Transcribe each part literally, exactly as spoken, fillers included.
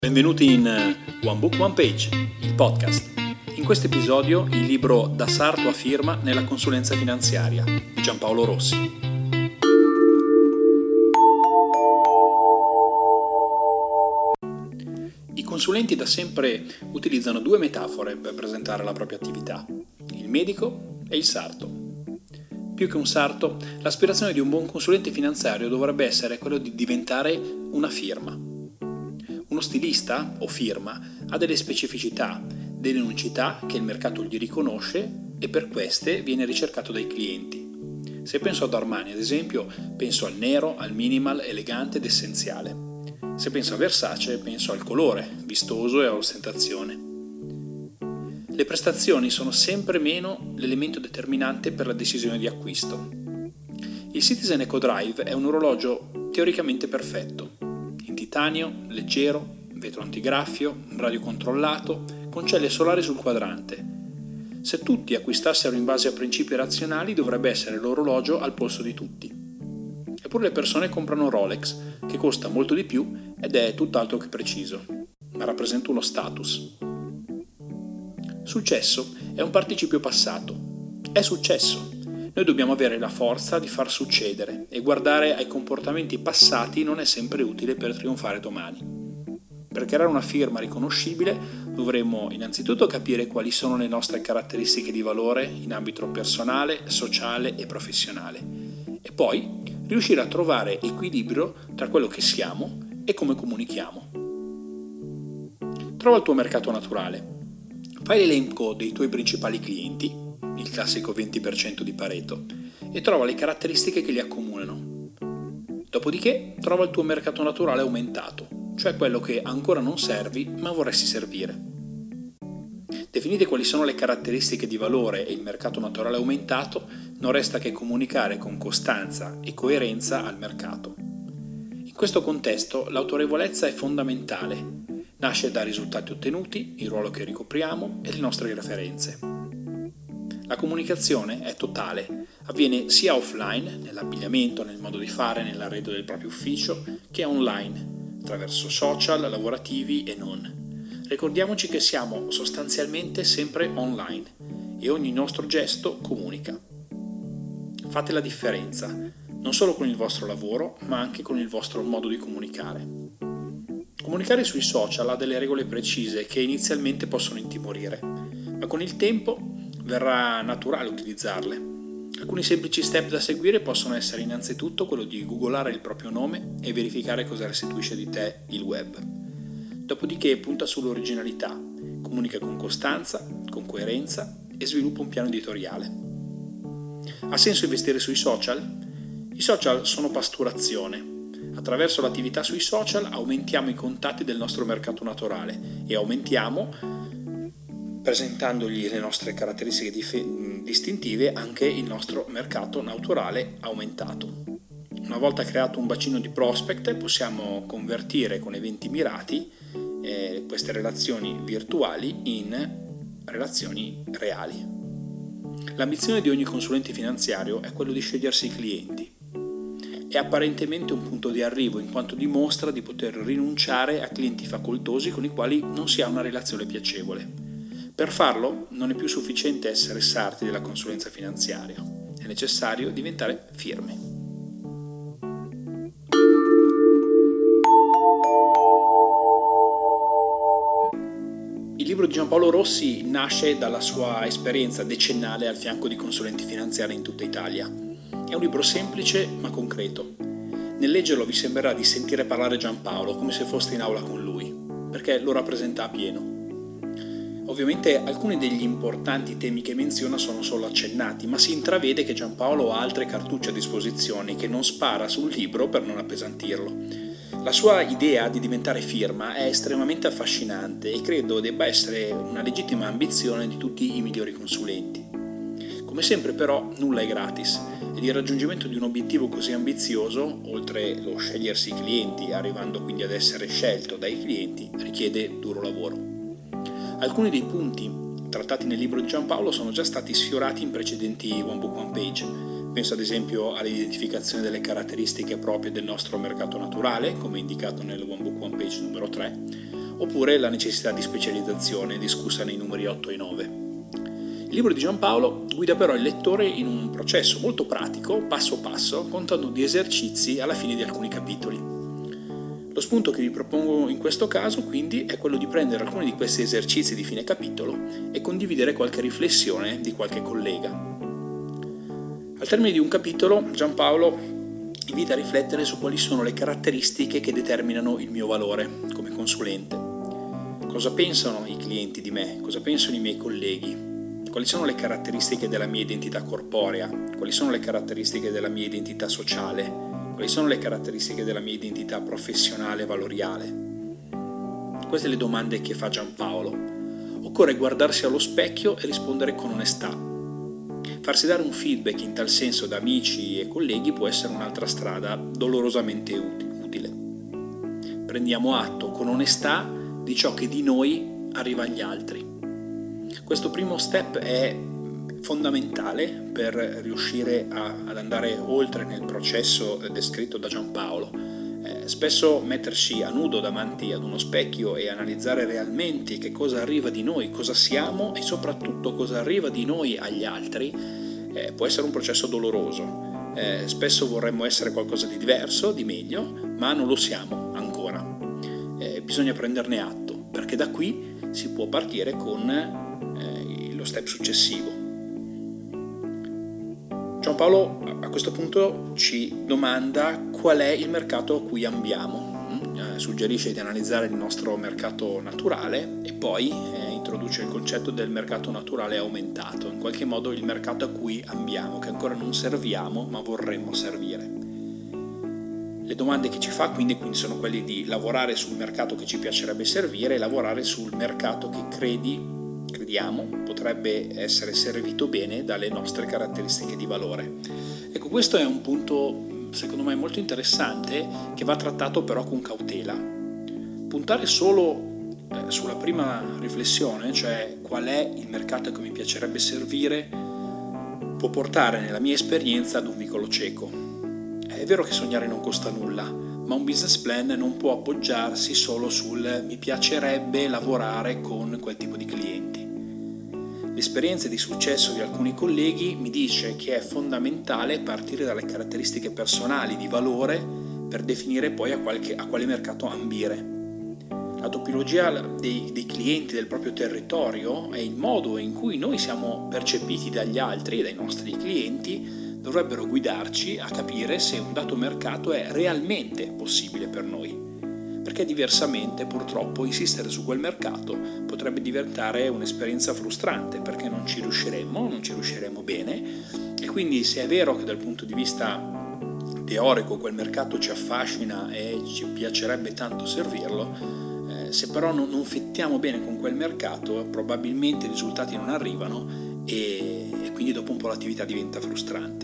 Benvenuti in One Book One Page, il podcast. In questo episodio il libro Da sarto a firma nella consulenza finanziaria di Giampaolo Rossi. I consulenti da sempre utilizzano due metafore per presentare la propria attività: il medico e il sarto. Più che un sarto, l'aspirazione di un buon consulente finanziario dovrebbe essere quello di diventare una firma. Uno stilista o firma ha delle specificità, delle unicità che il mercato gli riconosce e per queste viene ricercato dai clienti. Se penso ad Armani, ad esempio, penso al nero, al minimal, elegante ed essenziale. Se penso a Versace, penso al colore, vistoso e all'ostentazione. Le prestazioni sono sempre meno l'elemento determinante per la decisione di acquisto. Il Citizen Eco Drive è un orologio teoricamente perfetto. In titanio, leggero, vetro antigraffio, radiocontrollato, con celle solari sul quadrante. Se tutti acquistassero in base a principi razionali, dovrebbe essere l'orologio al polso di tutti. Eppure le persone comprano Rolex, che costa molto di più ed è tutt'altro che preciso, ma rappresenta uno status. Successo è un participio passato. È successo. Noi dobbiamo avere la forza di far succedere e guardare ai comportamenti passati non è sempre utile per trionfare domani. Per creare una firma riconoscibile dovremmo innanzitutto capire quali sono le nostre caratteristiche di valore in ambito personale, sociale e professionale e poi riuscire a trovare equilibrio tra quello che siamo e come comunichiamo. Trova il tuo mercato naturale. Fai l'elenco dei tuoi principali clienti, il classico venti per cento di Pareto, e trova le caratteristiche che li accomunano. Dopodiché trova il tuo mercato naturale aumentato, cioè quello che ancora non servi ma vorresti servire. Definite quali sono le caratteristiche di valore e il mercato naturale aumentato, non resta che comunicare con costanza e coerenza al mercato. In questo contesto l'autorevolezza è fondamentale, nasce da risultati ottenuti, il ruolo che ricopriamo e le nostre referenze. La comunicazione è totale, avviene sia offline, nell'abbigliamento, nel modo di fare, nell'arredo del proprio ufficio, che online, attraverso social, lavorativi e non. Ricordiamoci che siamo sostanzialmente sempre online e ogni nostro gesto comunica. Fate la differenza, non solo con il vostro lavoro, ma anche con il vostro modo di comunicare. Comunicare sui social ha delle regole precise che inizialmente possono intimorire, ma con il tempo verrà naturale utilizzarle. Alcuni semplici step da seguire possono essere innanzitutto quello di googolare il proprio nome e verificare cosa restituisce di te il web. Dopodiché punta sull'originalità, comunica con costanza, con coerenza e sviluppa un piano editoriale. Ha senso investire sui social? I social sono pasturazione. Attraverso l'attività sui social aumentiamo i contatti del nostro mercato naturale e aumentiamo, presentandogli le nostre caratteristiche dif- distintive, anche il nostro mercato naturale aumentato. Una volta creato un bacino di prospect possiamo convertire con eventi mirati eh, queste relazioni virtuali in relazioni reali. L'ambizione di ogni consulente finanziario è quello di scegliersi i clienti. È apparentemente un punto di arrivo in quanto dimostra di poter rinunciare a clienti facoltosi con i quali non si ha una relazione piacevole. Per farlo non è più sufficiente essere sarti della consulenza finanziaria, è necessario diventare firmi. Il libro di Giampaolo Rossi nasce dalla sua esperienza decennale al fianco di consulenti finanziari in tutta Italia. È un libro semplice ma concreto. Nel leggerlo vi sembrerà di sentire parlare Giampaolo come se foste in aula con lui, perché lo rappresenta a pieno. Ovviamente alcuni degli importanti temi che menziona sono solo accennati, ma si intravede che Giampaolo ha altre cartucce a disposizione che non spara sul libro per non appesantirlo. La sua idea di diventare firma è estremamente affascinante e credo debba essere una legittima ambizione di tutti i migliori consulenti. Come sempre però nulla è gratis ed il raggiungimento di un obiettivo così ambizioso, oltre lo scegliersi i clienti, arrivando quindi ad essere scelto dai clienti, richiede duro lavoro. Alcuni dei punti trattati nel libro di Giampaolo sono già stati sfiorati in precedenti One Book One Page. Penso ad esempio all'identificazione delle caratteristiche proprie del nostro mercato naturale, come indicato nel One Book One Page numero tre, oppure la necessità di specializzazione discussa nei numeri otto e nove. Il libro di Giampaolo guida però il lettore in un processo molto pratico, passo passo, contando di esercizi alla fine di alcuni capitoli. Lo spunto che vi propongo in questo caso, quindi, è quello di prendere alcuni di questi esercizi di fine capitolo e condividere qualche riflessione di qualche collega. Al termine di un capitolo, Giampaolo invita a riflettere su quali sono le caratteristiche che determinano il mio valore come consulente. Cosa pensano i clienti di me? Cosa pensano i miei colleghi? Quali sono le caratteristiche della mia identità corporea? Quali sono le caratteristiche della mia identità sociale? Quali sono le caratteristiche della mia identità professionale e valoriale? Queste le domande che fa Giampaolo. Occorre guardarsi allo specchio e rispondere con onestà. Farsi dare un feedback in tal senso da amici e colleghi può essere un'altra strada dolorosamente utile. Prendiamo atto con onestà di ciò che di noi arriva agli altri. Questo primo step è fondamentale per riuscire a, ad andare oltre nel processo descritto da Giampaolo. Eh, spesso metterci a nudo davanti ad uno specchio e analizzare realmente che cosa arriva di noi, cosa siamo e soprattutto cosa arriva di noi agli altri eh, può essere un processo doloroso. Eh, spesso vorremmo essere qualcosa di diverso, di meglio, ma non lo siamo ancora. Eh, bisogna prenderne atto, perché da qui si può partire con eh, lo step successivo. Giampaolo a questo punto ci domanda qual è il mercato a cui ambiamo, eh, suggerisce di analizzare il nostro mercato naturale e poi eh, introduce il concetto del mercato naturale aumentato, in qualche modo il mercato a cui ambiamo, che ancora non serviamo ma vorremmo servire. Le domande che ci fa quindi, quindi sono quelle di lavorare sul mercato che ci piacerebbe servire e lavorare sul mercato che credi crediamo potrebbe essere servito bene dalle nostre caratteristiche di valore. Ecco, questo è un punto secondo me molto interessante che va trattato però con cautela. Puntare solo eh, sulla prima riflessione, cioè qual è il mercato che mi piacerebbe servire, può portare nella mia esperienza ad un vicolo cieco. È vero che sognare non costa nulla, ma un business plan non può appoggiarsi solo sul mi piacerebbe lavorare con quel tipo di clienti. L'esperienza di successo di alcuni colleghi mi dice che è fondamentale partire dalle caratteristiche personali di valore per definire poi a, qualche, a quale mercato ambire. La topologia dei, dei clienti del proprio territorio e il modo in cui noi siamo percepiti dagli altri e dai nostri clienti dovrebbero guidarci a capire se un dato mercato è realmente possibile per noi, perché diversamente purtroppo insistere su quel mercato potrebbe diventare un'esperienza frustrante, perché non ci riusciremmo, non ci riusciremo bene, e quindi se è vero che dal punto di vista teorico quel mercato ci affascina e ci piacerebbe tanto servirlo, eh, se però non, non fettiamo bene con quel mercato probabilmente i risultati non arrivano e, e quindi dopo un po' l'attività diventa frustrante.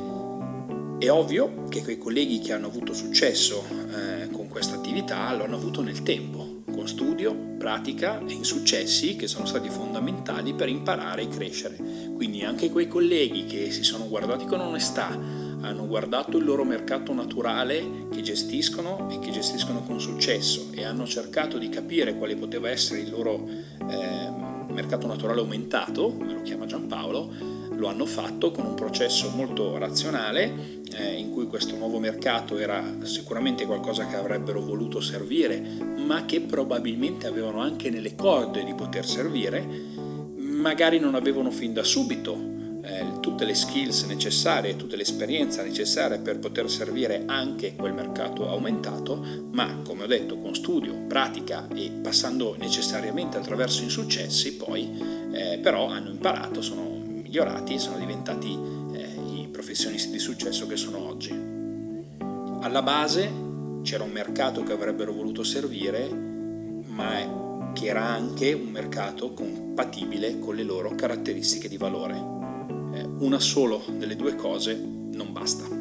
È ovvio che quei colleghi che hanno avuto successo eh, con questa attività lo hanno avuto nel tempo, con studio, pratica e insuccessi che sono stati fondamentali per imparare e crescere. Quindi anche quei colleghi che si sono guardati con onestà, hanno guardato il loro mercato naturale che gestiscono e che gestiscono con successo e hanno cercato di capire quale poteva essere il loro eh, mercato naturale aumentato, come lo chiama Giampaolo, lo hanno fatto con un processo molto razionale eh, in cui questo nuovo mercato era sicuramente qualcosa che avrebbero voluto servire, ma che probabilmente avevano anche nelle corde di poter servire, magari non avevano fin da subito eh, tutte le skills necessarie, tutta l'esperienza necessaria per poter servire anche quel mercato aumentato, ma come ho detto con studio, pratica e passando necessariamente attraverso insuccessi poi eh, però hanno imparato, sono migliorati e sono diventati eh, i professionisti di successo che sono oggi. Alla base c'era un mercato che avrebbero voluto servire, ma che era anche un mercato compatibile con le loro caratteristiche di valore. Eh, una solo delle due cose non basta.